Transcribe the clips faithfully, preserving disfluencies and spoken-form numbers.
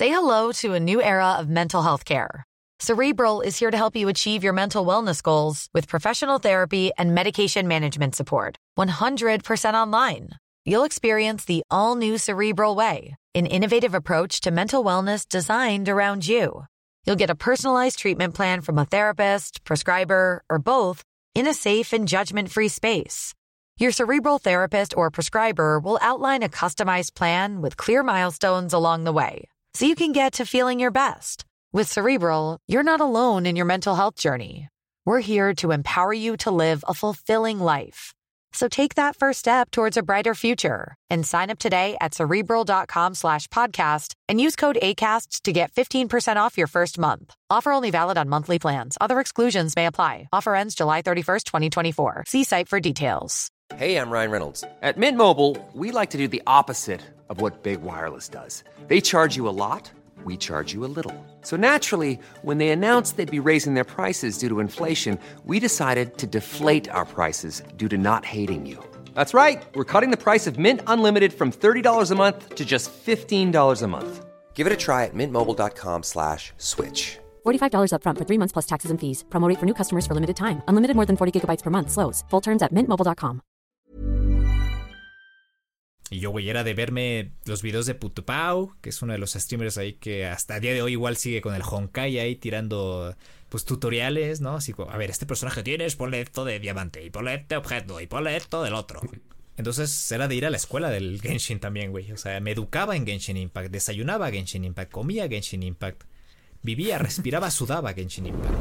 Say hello to a new era of mental health care. Cerebral is here to help you achieve your mental wellness goals with professional therapy and medication management support. one hundred percent online. You'll experience the all-new Cerebral Way, an innovative approach to mental wellness designed around you. You'll get a personalized treatment plan from a therapist, prescriber, or both in a safe and judgment-free space. Your Cerebral therapist or prescriber will outline a customized plan with clear milestones along the way, so you can get to feeling your best. With Cerebral, you're not alone in your mental health journey. We're here to empower you to live a fulfilling life. So take that first step towards a brighter future and sign up today at Cerebral.com slash podcast and use code ACAST to get fifteen percent off your first month. Offer only valid on monthly plans. Other exclusions may apply. Offer ends July thirty-first, twenty twenty-four. See site for details. Hey, I'm Ryan Reynolds. At Mint Mobile, we like to do the opposite of what Big Wireless does. They charge you a lot. We charge you a little. So naturally, when they announced they'd be raising their prices due to inflation, we decided to deflate our prices due to not hating you. That's right. We're cutting the price of Mint Unlimited from thirty dollars a month to just fifteen dollars a month. Give it a try at mintmobile.com slash switch. forty-five dollars up front for three months plus taxes and fees. Promo rate for new customers for limited time. Unlimited more than forty gigabytes per month. Slows full terms at mint mobile dot com. Y yo, güey, era de verme los videos de Putupau, que es uno de los streamers ahí que hasta el día de hoy igual sigue con el Honkai ahí tirando, pues, tutoriales, ¿no? Así como, a ver, este personaje tienes, ponle esto de diamante, y ponle este objeto, y ponle esto del otro. Entonces era de ir a la escuela del Genshin también, güey. O sea, me educaba en Genshin Impact, desayunaba Genshin Impact, comía Genshin Impact, vivía, respiraba, sudaba Genshin Impact.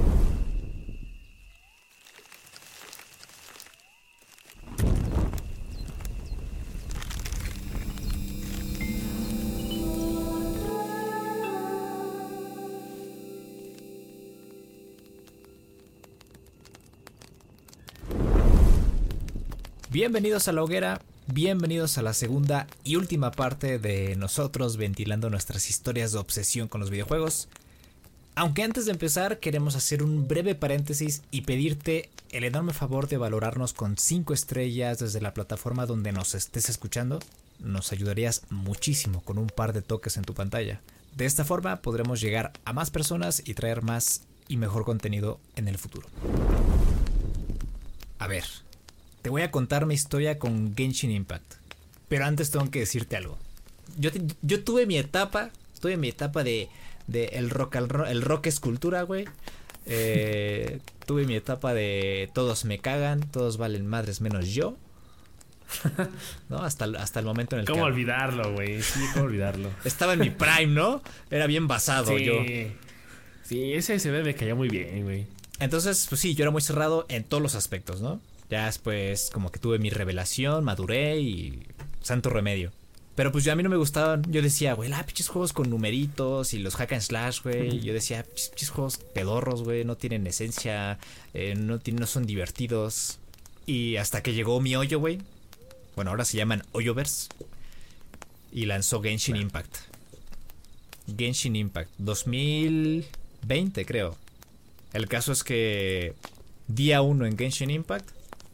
Bienvenidos a La Hoguera, bienvenidos a la segunda y última parte de nosotros ventilando nuestras historias de obsesión con los videojuegos. Aunque antes de empezar queremos hacer un breve paréntesis y pedirte el enorme favor de valorarnos con cinco estrellas desde la plataforma donde nos estés escuchando. Nos ayudarías muchísimo con un par de toques en tu pantalla. De esta forma podremos llegar a más personas y traer más y mejor contenido en el futuro. A ver, te voy a contar mi historia con Genshin Impact. Pero antes tengo que decirte algo. Yo, te, yo tuve mi etapa, tuve mi etapa de, de el rock, el rock, el rock escultura, güey. Eh, tuve mi etapa de todos me cagan, todos valen madres menos yo. ¿No? Hasta, hasta el momento en el que... ¿Cómo olvidarlo, güey? Sí, ¿cómo olvidarlo? Estaba en mi prime, ¿no? Era bien basado sí. yo. Sí, ese S B me cayó muy bien, güey. Entonces, pues sí, yo era muy cerrado en todos los aspectos, ¿no? Ya después como que tuve mi revelación, maduré y santo remedio. Pero pues yo a mí no me gustaban, yo decía, güey, la pinches juegos con numeritos y los hack and slash, güey. Yo decía, pinches juegos pedorros, güey, no tienen esencia, eh, no, tienen, no son divertidos. Y hasta que llegó mi hoyo, güey. Bueno, ahora se llaman Hoyoverse. Y lanzó Genshin Impact. Genshin Impact, dos mil veinte creo. El caso es que día uno en Genshin Impact,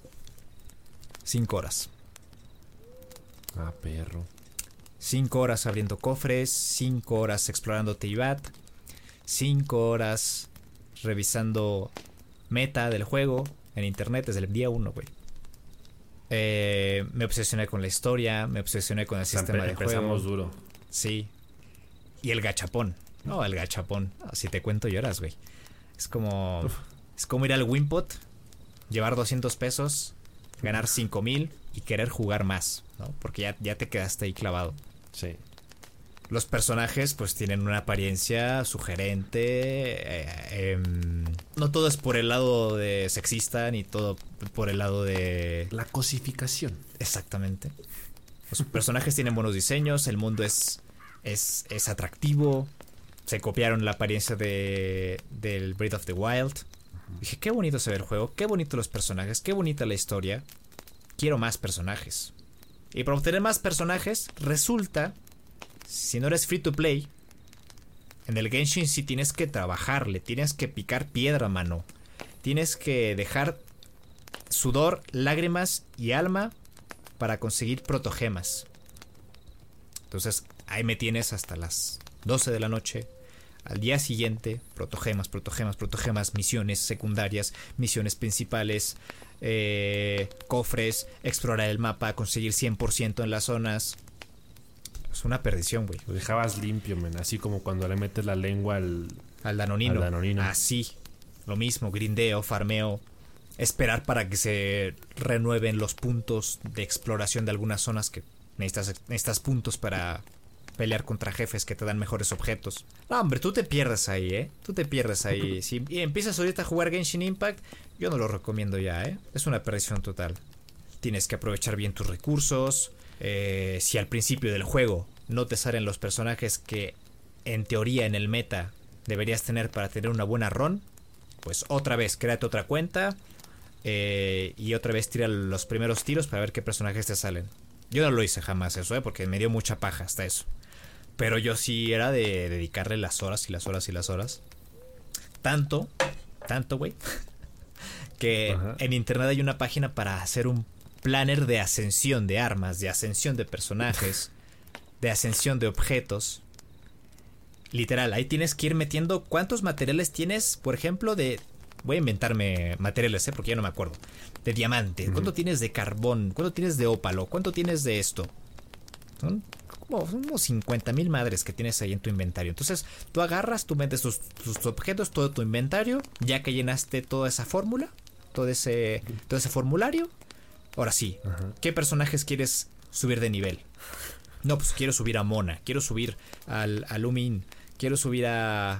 cinco horas. Ah, perro. Cinco horas abriendo cofres, cinco horas explorando Teyvat, cinco horas revisando meta del juego en internet desde el día uno, güey. Eh, me obsesioné con la historia, me obsesioné con el o sea, sistema de juego. Empezamos duro. Sí. Y el gachapón. No, el gachapón. Si te cuento lloras, güey. Es como... Uf. Es como ir al Wimpot, llevar doscientos pesos, ganar cinco mil y querer jugar más, ¿no? Porque ya, ya te quedaste ahí clavado. Sí. Los personajes pues tienen una apariencia sugerente. Eh, eh, no todo es por el lado de sexista, ni todo por el lado de... La cosificación. Exactamente. Los personajes tienen buenos diseños, el mundo es, es, es atractivo. Se copiaron la apariencia de del Breath of the Wild. Dije, qué bonito se ve el juego, qué bonito los personajes, qué bonita la historia. Quiero más personajes. Y para obtener más personajes, resulta, si no eres free to play, en el Genshin sí tienes que trabajarle, tienes que picar piedra, mano. Tienes que dejar sudor, lágrimas y alma para conseguir protogemas. Entonces, ahí me tienes hasta las doce de la noche. Al día siguiente, protogemas, protogemas, protogemas, misiones secundarias, misiones principales, eh, cofres, explorar el mapa, conseguir cien por ciento en las zonas. Es una perdición, güey. Lo dejabas limpio, men. Así como cuando le metes la lengua al... Al danonino. Al danonino. Así. Lo mismo, grindeo, farmeo. Esperar para que se renueven los puntos de exploración de algunas zonas que necesitas, necesitas puntos para pelear contra jefes que te dan mejores objetos. No, hombre, tú te pierdes ahí, ¿eh? Tú te pierdes ahí. Si empiezas ahorita a jugar Genshin Impact, yo no lo recomiendo ya, ¿eh? Es una perdición total. Tienes que aprovechar bien tus recursos. Eh, si al principio del juego no te salen los personajes que en teoría en el meta deberías tener para tener una buena run, pues otra vez créate otra cuenta eh, y otra vez tira los primeros tiros para ver qué personajes te salen. Yo no lo hice jamás eso, ¿eh? Porque me dio mucha paja hasta eso. Pero yo sí era de dedicarle las horas y las horas y las horas. Tanto, tanto, güey, que Ajá. en internet hay una página para hacer un planner de ascensión de armas, de ascensión de personajes, de ascensión de objetos. Literal, ahí tienes que ir metiendo cuántos materiales tienes, por ejemplo, de... Voy a inventarme materiales, ¿eh? Porque ya no me acuerdo. De diamante, ¿cuánto uh-huh. tienes de carbón? ¿Cuánto tienes de ópalo? ¿Cuánto tienes de esto? Son como unos cincuenta mil madres que tienes ahí en tu inventario. Entonces, tú agarras, tú metes tus, tus objetos, todo tu inventario, ya que llenaste toda esa fórmula, todo ese, todo ese formulario. Ahora sí, uh-huh. ¿qué personajes quieres subir de nivel? No, pues quiero subir a Mona, quiero subir al, a Lumin, quiero subir a,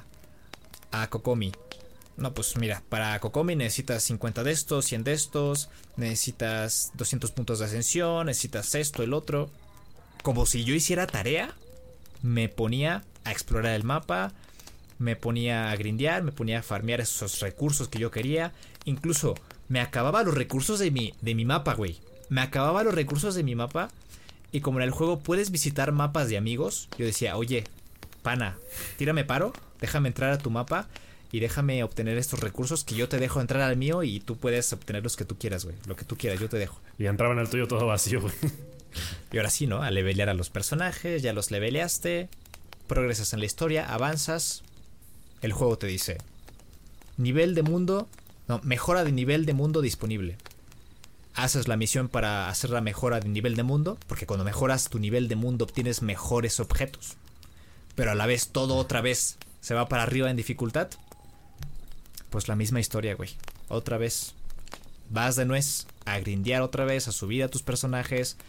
a Kokomi. No, pues mira, para Kokomi necesitas cincuenta de estos, cien de estos, necesitas doscientos puntos de ascensión, necesitas esto, el otro. Como si yo hiciera tarea, me ponía a explorar el mapa, me ponía a grindear, me ponía a farmear esos recursos que yo quería. Incluso me acababa los recursos de mi, de mi mapa, güey. Me acababa los recursos de mi mapa. Y como en el juego puedes visitar mapas de amigos, yo decía, oye, pana, tírame paro, déjame entrar a tu mapa y déjame obtener estos recursos que yo te dejo entrar al mío y tú puedes obtener los que tú quieras, güey. Lo que tú quieras, yo te dejo. Y entraban al tuyo todo vacío, güey. Y ahora sí, ¿no? A levelear a los personajes, ya los leveleaste, progresas en la historia, avanzas. El juego te dice, nivel de mundo, no, mejora de nivel de mundo disponible. Haces la misión para hacer la mejora de nivel de mundo, porque cuando mejoras tu nivel de mundo obtienes mejores objetos. Pero a la vez todo otra vez se va para arriba en dificultad. Pues la misma historia, güey. Otra vez vas de nuez a grindear otra vez, a subir a tus personajes,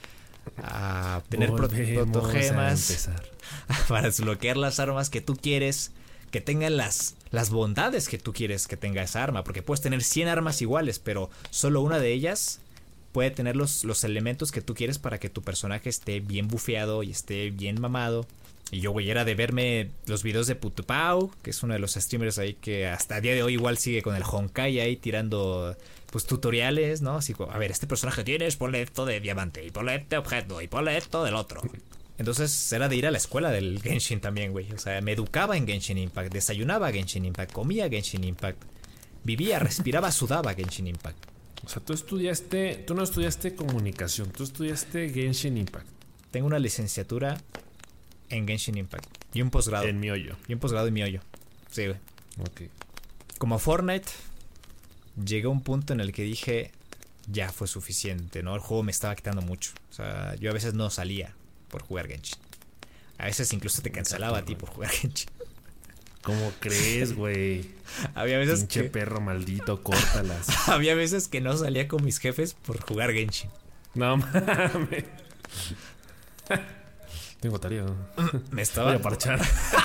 a obtener protogemas, para desbloquear las armas que tú quieres, que tengan las, las bondades que tú quieres que tenga esa arma. Porque puedes tener cien armas iguales, pero solo una de ellas puede tener los, los elementos que tú quieres para que tu personaje esté bien bufeado y esté bien mamado. Y yo, güey, era de verme los videos de Putupau, que es uno de los streamers ahí que hasta el día de hoy igual sigue con el Honkai ahí tirando pues tutoriales, ¿no? Así como, a ver, este personaje tienes, ponle esto de diamante, y ponle este objeto, y ponle esto del otro. Entonces era de ir a la escuela del Genshin también, güey. O sea, me educaba en Genshin Impact, desayunaba Genshin Impact, comía Genshin Impact, vivía, respiraba, sudaba Genshin Impact. O sea, tú estudiaste, tú no estudiaste comunicación, tú estudiaste Genshin Impact. Tengo una licenciatura en Genshin Impact y un posgrado. En miollo. Y un posgrado en miollo. Sí, güey. Ok. Como Fortnite, llegué a un punto en el que dije, ya fue suficiente, ¿no? El juego me estaba quitando mucho. O sea, yo a veces no salía por jugar Genshin. A veces incluso te cancelaba a ti por jugar Genshin. ¿Cómo crees, güey? Había veces Pinche que... perro maldito, córtalas. Había veces que no salía con mis jefes por jugar Genshin. No mames. Tengo tarea. Me estaba... Voy a parchar.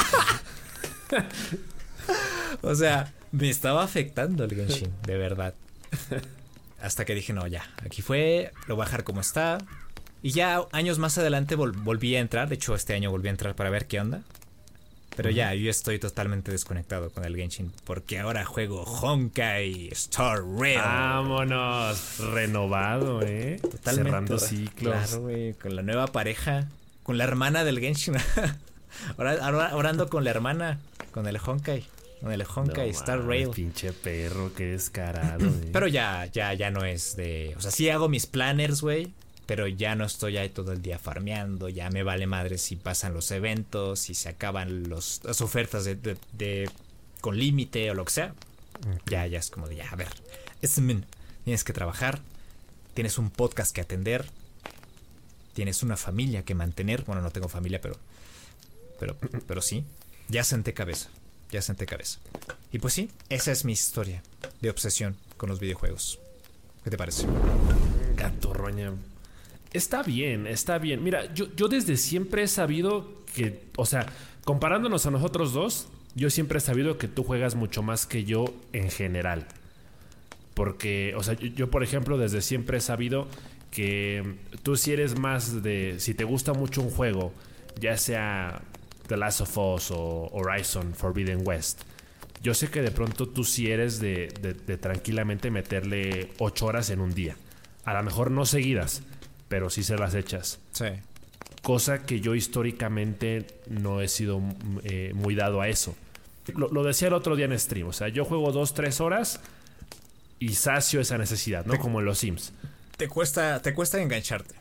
O sea, me estaba afectando el Genshin, de verdad. Hasta que dije, no, ya, aquí fue, lo voy a dejar como está. Y ya años más adelante vol- volví a entrar. De hecho, este año volví a entrar para ver qué onda. Pero uh-huh. ya, yo estoy totalmente desconectado con el Genshin. Porque ahora juego Honkai Star Rail. Vámonos, renovado, ¿eh? Totalmente. Cerrando ciclos. Claro, güey, con la nueva pareja. Con la hermana del Genshin. ahora, ahora, ahora ando con la hermana. Con el Honkai. Con el Honkai no, Star man, Rail. Pinche perro, qué descarado, güey. Pero ya, ya, ya no es de... O sea, sí hago mis planners, güey. pero ya no estoy ahí todo el día farmeando, ya me vale madre si pasan los eventos, si se acaban los, las ofertas de, de, de con límite o lo que sea. Okay. Ya, ya es como de, ya, a ver, es min, tienes que trabajar, tienes un podcast que atender, tienes una familia que mantener. Bueno, no tengo familia, pero, pero, pero sí, ya senté cabeza, ya senté cabeza. Y pues sí, esa es mi historia de obsesión con los videojuegos. ¿Qué te parece? Gato roña. Está bien, está bien. Mira, yo, yo desde siempre he sabido que, o sea, comparándonos a nosotros dos, yo siempre he sabido que tú juegas mucho más que yo en general. Porque, o sea, yo, yo por ejemplo, desde siempre he sabido que tú si eres más de, si te gusta mucho un juego, ya sea The Last of Us o Horizon Forbidden West, yo sé que de pronto tú sí eres de, de, de tranquilamente meterle ocho horas en un día. A lo mejor no seguidas, pero sí se las echas. Sí. Cosa que yo históricamente no he sido eh, muy dado a eso. Lo, lo decía el otro día en stream. O sea, yo juego dos, tres horas y sacio esa necesidad, ¿no? Te, Como en los Sims. Te cuesta, te cuesta engancharte.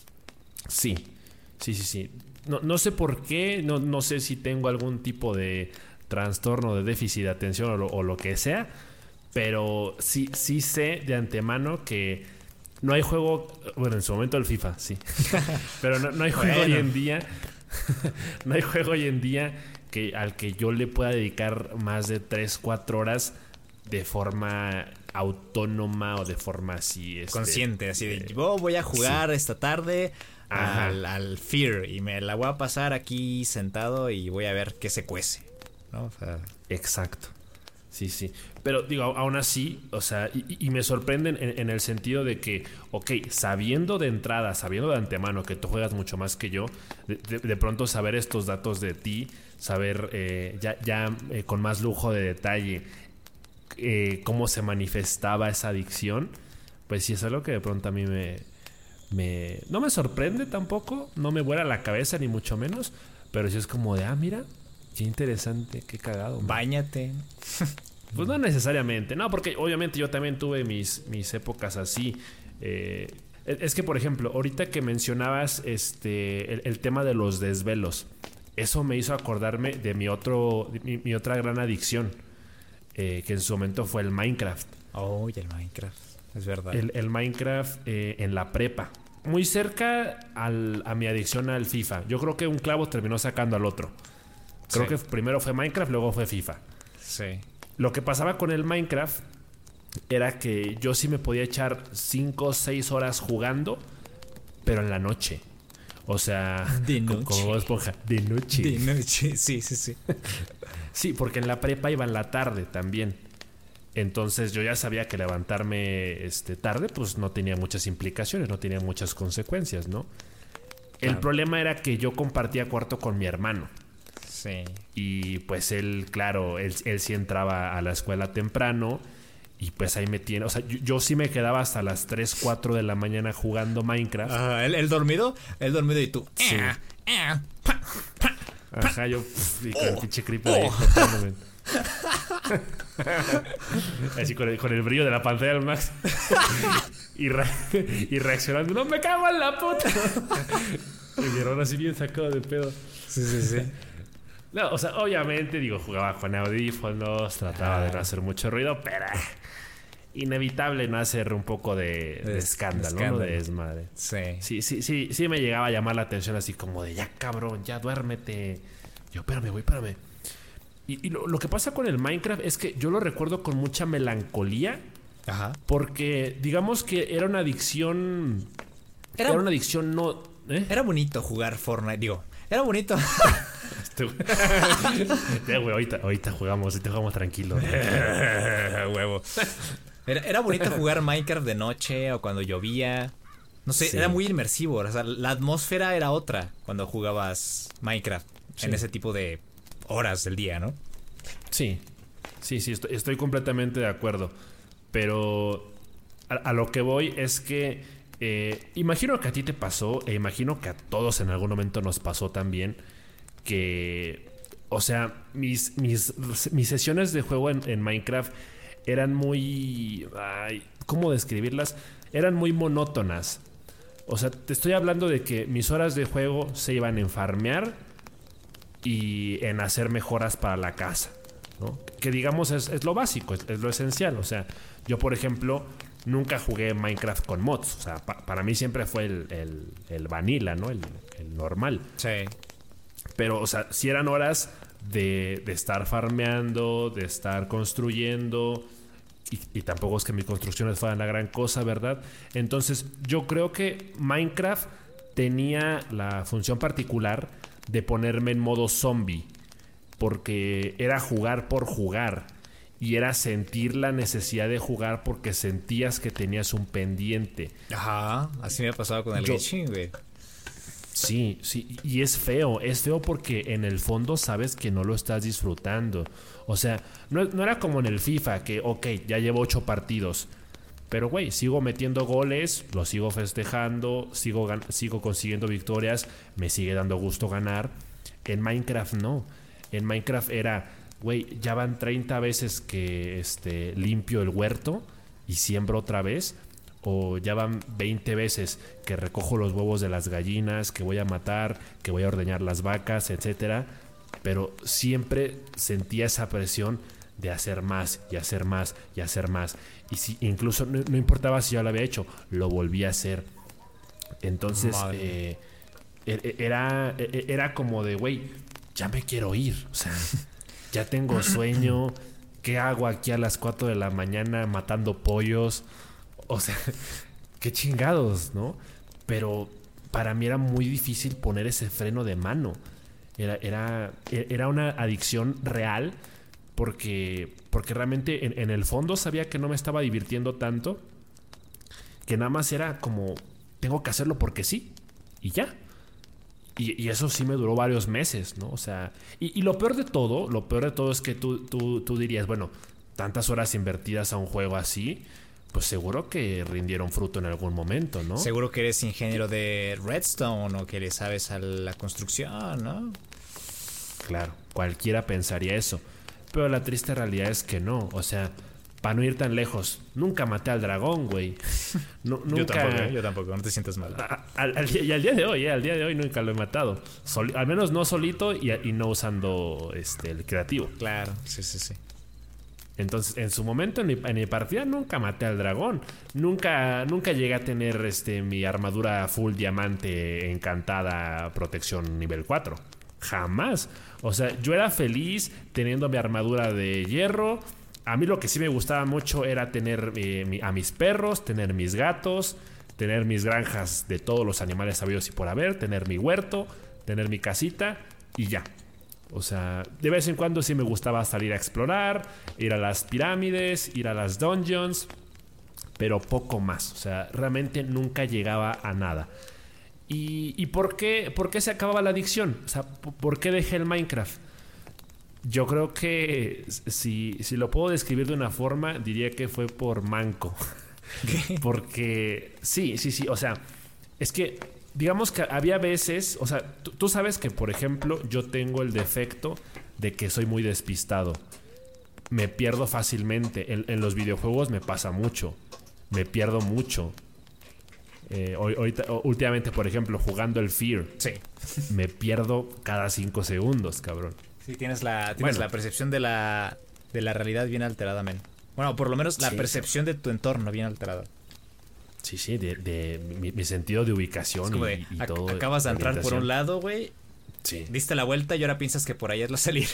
Sí, sí, sí, sí. No, no sé por qué, no, no sé si tengo algún tipo de trastorno de déficit de atención o lo, o lo que sea, pero sí, sí sé de antemano que no hay juego, bueno, en su momento el FIFA, sí, pero no, no hay juego bueno. hoy en día, no hay juego hoy en día que al que yo le pueda dedicar más de tres, cuatro horas de forma autónoma o de forma así este, consciente, así de yo voy a jugar sí. esta tarde al, al Fear y me la voy a pasar aquí sentado y voy a ver qué se cuece, ¿no? O sea, exacto. Sí, sí. Pero digo, aún así, o sea, y, y me sorprenden en, en el sentido de que, ok, sabiendo de entrada, sabiendo de antemano que tú juegas mucho más que yo, de, de, de pronto saber estos datos de ti, saber eh, ya, ya eh, con más lujo de detalle eh, cómo se manifestaba esa adicción, pues sí es algo que de pronto a mí me, me... no me sorprende tampoco, no me vuela la cabeza ni mucho menos, pero sí es como de, ah, mira, qué interesante, qué cagado. Man. Báñate. Pues no necesariamente, no, porque obviamente yo también tuve mis, mis épocas así. Eh, es que, por ejemplo, ahorita que mencionabas este el, el tema de los desvelos, eso me hizo acordarme de mi otro mi, mi otra gran adicción, eh, que en su momento fue el Minecraft. Oh, y el Minecraft, es verdad. El, el Minecraft eh, en la prepa, muy cerca al, a mi adicción al FIFA. Yo creo que un clavo terminó sacando al otro. Creo sí. que primero fue Minecraft, luego fue FIFA. Sí. Lo que pasaba con el Minecraft era que yo sí me podía echar cinco o seis horas jugando, pero en la noche. O sea, de noche. Como Esponja, de noche. De noche, sí, sí, sí. Sí, porque en la prepa iba en la tarde también. Entonces yo ya sabía que levantarme este, tarde pues no tenía muchas implicaciones, no tenía muchas consecuencias, ¿no? Claro. El problema era que yo compartía cuarto con mi hermano. Sí. Y pues él, claro, él, él sí entraba a la escuela temprano y pues ahí me tiene, o sea, yo, yo sí me quedaba hasta las tres, cuatro de la mañana jugando Minecraft. Uh, ¿el, ¿El dormido? El dormido y tú. Sí. Eh, eh, pa, pa, pa. Ajá, yo pff, y con oh, el pinche creeper oh. ahí. Así con el, con el brillo de la pantalla al max. y, re, y reaccionando, no me cago en la puta. Y mi hermano así bien sacado de pedo. Sí, sí, sí. No, o sea, obviamente, digo, jugaba con audífonos, trataba ah. de no hacer mucho ruido, pero inevitable no hacer un poco de, de, de escándalo, escándalo, ¿no? De desmadre. Sí. Sí, sí, sí, sí me llegaba a llamar la atención así como de, ya cabrón, ya duérmete. Yo, espérame, güey, espérame. Y, y lo, lo que pasa con el Minecraft es que yo lo recuerdo con mucha melancolía. Ajá. Porque digamos que era una adicción... Era, era una adicción no... ¿eh? Era bonito jugar Fortnite, digo, era bonito... Ya, güey, ahorita, ahorita jugamos, ahorita jugamos tranquilo. Huevo. Era, era bonito jugar Minecraft de noche o cuando llovía. No sé, sí. Era muy inmersivo. O sea, la atmósfera era otra cuando jugabas Minecraft sí. en ese tipo de horas del día, ¿no? Sí, sí, sí, estoy, estoy completamente de acuerdo. Pero a, a lo que voy es que eh, imagino que a ti te pasó e imagino que a todos en algún momento nos pasó también. Que, o sea, mis, mis, mis sesiones de juego en, en Minecraft eran muy... Ay, ¿cómo describirlas? Eran muy monótonas. O sea, te estoy hablando de que mis horas de juego se iban en farmear y en hacer mejoras para la casa, ¿no? Que digamos es, es lo básico, es, es lo esencial. O sea, yo por ejemplo nunca jugué Minecraft con mods. O sea, pa- para mí siempre fue el, el, el vanilla, ¿no? El, el normal. Sí. Pero, o sea, si eran horas de, de estar farmeando, de estar construyendo. Y, y tampoco es que mis construcciones fueran la gran cosa, ¿verdad? Entonces, yo creo que Minecraft tenía la función particular de ponerme en modo zombie. Porque era jugar por jugar. Y era sentir la necesidad de jugar porque sentías que tenías un pendiente. Ajá, así me ha pasado con el Yo- Genshin, güey. Sí, sí, y es feo, es feo porque en el fondo sabes que no lo estás disfrutando. O sea, no, no era como en el FIFA, que ok, ya llevo ocho partidos, pero güey, sigo metiendo goles, lo sigo festejando, sigo, gan- sigo consiguiendo victorias, me sigue dando gusto ganar. En Minecraft no, en Minecraft era, güey, ya van treinta veces que este, limpio el huerto y siembro otra vez. O ya van veinte veces que recojo los huevos de las gallinas, que voy a matar, que voy a ordeñar las vacas, etcétera. Pero siempre sentía esa presión de hacer más y hacer más y hacer más. Y si incluso no, no importaba si yo lo había hecho, lo volví a hacer. Entonces eh, era, era como de, güey, ya me quiero ir. O sea, ya tengo sueño. ¿Qué hago aquí a las cuatro de la mañana matando pollos? O sea, qué chingados, ¿no? Pero para mí era muy difícil poner ese freno de mano. Era, era, era una adicción real porque, porque realmente en, en el fondo sabía que no me estaba divirtiendo tanto, que nada más era como, tengo que hacerlo porque sí, y ya. Y, y eso sí me duró varios meses, ¿no? O sea, y, y lo peor de todo, lo peor de todo es que tú, tú, tú dirías, bueno, tantas horas invertidas a un juego así, pues seguro que rindieron fruto en algún momento, ¿no? Seguro que eres ingeniero de Redstone o que le sabes a la construcción, ¿no? Claro, cualquiera pensaría eso. Pero la triste realidad es que no. O sea, para no ir tan lejos, nunca maté al dragón, güey. No, nunca... Yo tampoco, ¿eh? Yo tampoco, no te sientas mal. A- al, al- y al día de hoy, eh, al día de hoy nunca lo he matado. Soli- al menos no solito y, y no usando este, el creativo. Claro, sí, sí, sí. Entonces, en su momento, en mi, en mi partida, nunca maté al dragón. Nunca, nunca llegué a tener este, mi armadura full diamante encantada, protección nivel cuatro. Jamás. O sea, yo era feliz teniendo mi armadura de hierro. A mí lo que sí me gustaba mucho era tener eh, mi, a mis perros, tener mis gatos, tener mis granjas de todos los animales sabidos y por haber, tener mi huerto, tener mi casita y ya. O sea, de vez en cuando sí me gustaba salir a explorar, ir a las pirámides, ir a las dungeons, pero poco más. O sea, realmente nunca llegaba a nada. ¿Y, y por qué, por qué se acababa la adicción? O sea, ¿por qué dejé el Minecraft? Yo creo que si, si lo puedo describir de una forma, diría que fue por manco. Porque sí, sí, sí. O sea, es que digamos que había veces, o sea, tú, tú sabes que, por ejemplo, yo tengo el defecto de que soy muy despistado. Me pierdo fácilmente. En, en los videojuegos me pasa mucho. Me pierdo mucho. Eh, hoy, ahorita, últimamente, por ejemplo, jugando el Fear, Sí. me pierdo cada cinco segundos, cabrón. Sí, tienes la, tienes Bueno. la percepción de la, de la realidad bien alterada, men. Bueno, por lo menos la Sí, percepción de tu entorno bien alterada. Sí, sí, de, de mi, mi sentido de ubicación Es como y, de, y ac- todo. acabas de entrar por orientación. un lado, güey, Sí. diste la vuelta y ahora piensas que por ahí es la salida.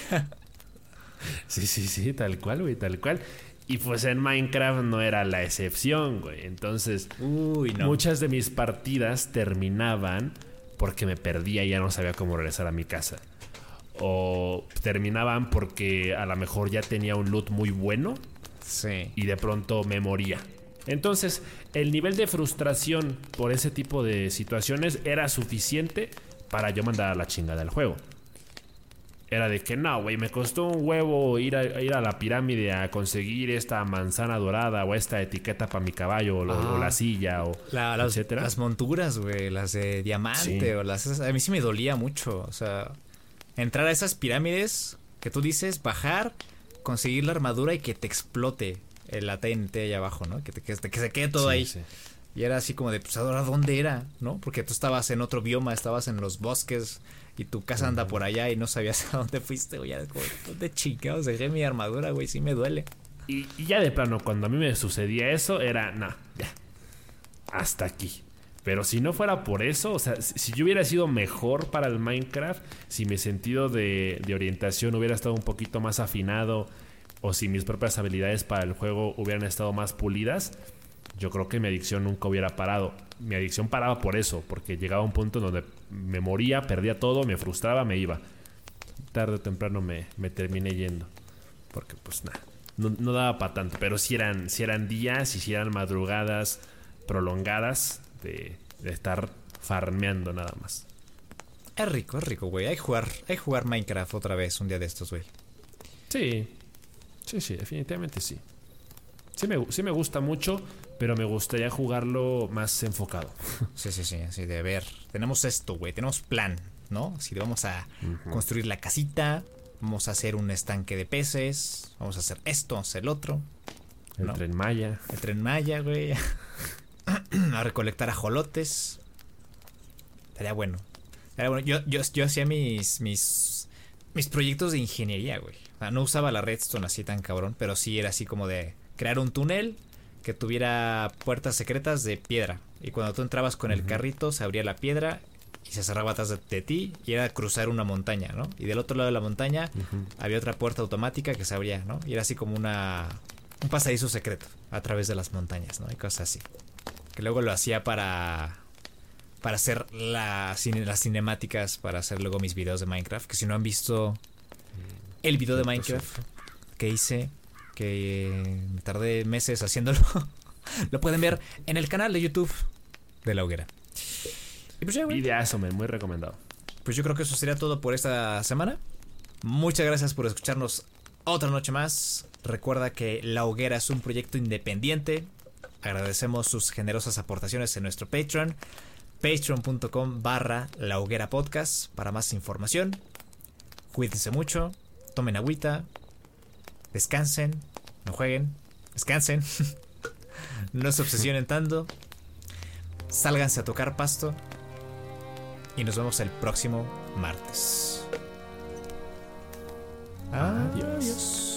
Sí, sí, sí, tal cual, güey, tal cual. Y pues en Minecraft no era la excepción, güey. Entonces, Uy, no. muchas de mis partidas terminaban porque me perdía y ya no sabía cómo regresar a mi casa. O terminaban porque a lo mejor ya tenía un loot muy bueno Sí. y de pronto me moría. Entonces, el nivel de frustración por ese tipo de situaciones era suficiente para yo mandar a la chingada el juego. Era de que no, güey, me costó un huevo ir a, ir a la pirámide a conseguir esta manzana dorada o esta etiqueta para mi caballo o, lo- Ah. o la silla o La- las, etcétera. las monturas, güey, las de diamante Sí. o las... A mí sí me dolía mucho, o sea, entrar a esas pirámides que tú dices, bajar, conseguir la armadura y que te explote la T N T ahí abajo, ¿no? Que, te, que, que se quede todo Sí, ahí. sí. Y era así como de, pues, ¿ahora dónde era? ¿No? Porque tú estabas en otro bioma, estabas en los bosques y tu casa anda por allá y no sabías a dónde fuiste, güey. Ya como, ¿dónde chingados dejé mi armadura, güey? Sí me duele. Y, y ya de plano, cuando a mí me sucedía eso, era, no, ya, hasta aquí. Pero si no fuera por eso, o sea, si, si yo hubiera sido mejor para el Minecraft, si mi sentido de, de orientación hubiera estado un poquito más afinado, o si mis propias habilidades para el juego hubieran estado más pulidas, yo creo que mi adicción nunca hubiera parado. Mi adicción paraba por eso, porque llegaba a un punto en donde me moría, perdía todo, me frustraba, me iba. Tarde o temprano me, me terminé yendo, porque pues nada, no, no daba para tanto. Pero si eran, si eran días y si eran madrugadas prolongadas de, de estar farmeando nada más. Es rico, es rico, güey. Hay que jugar, hay que jugar Minecraft otra vez un día de estos, güey. Sí, sí, sí, definitivamente sí. Sí me, sí me gusta mucho, pero me gustaría jugarlo más enfocado. Sí, sí, sí, así de ver. Tenemos esto, güey, tenemos plan, ¿no? Así de vamos a uh-huh. construir la casita, vamos a hacer un estanque de peces, vamos a hacer esto, vamos a hacer el otro. El ¿no? Tren Maya. El Tren Maya, güey. A recolectar ajolotes. Estaría bueno. Estaría bueno. Yo, yo, yo hacía mis, mis, mis proyectos de ingeniería, güey. O sea, no usaba la redstone así tan cabrón, pero sí era así como de crear un túnel que tuviera puertas secretas de piedra. Y cuando tú entrabas con uh-huh. el carrito, se abría la piedra y se cerraba atrás de, de ti y era cruzar una montaña, ¿no? Y del otro lado de la montaña uh-huh. había otra puerta automática que se abría, ¿no? Y era así como una un pasadizo secreto a través de las montañas, ¿no? Y cosas así. Que luego lo hacía para para hacer la, las cinemáticas, para hacer luego mis videos de Minecraft. Que si no han visto el video de Minecraft que hice, que me tardé meses haciéndolo, lo pueden ver en el canal de YouTube de La Hoguera. Y pues ya, güey. Videazo, man, muy recomendado. Pues yo creo que eso sería todo por esta semana. Muchas gracias por escucharnos otra noche más. Recuerda que La Hoguera es un proyecto independiente. Agradecemos sus generosas aportaciones en nuestro Patreon, patreon.com barra La Hoguera Podcast, para más información. Cuídense mucho, tomen agüita, descansen, no jueguen, descansen, no se obsesionen tanto, sálganse a tocar pasto y nos vemos el próximo martes. Adiós. Adiós.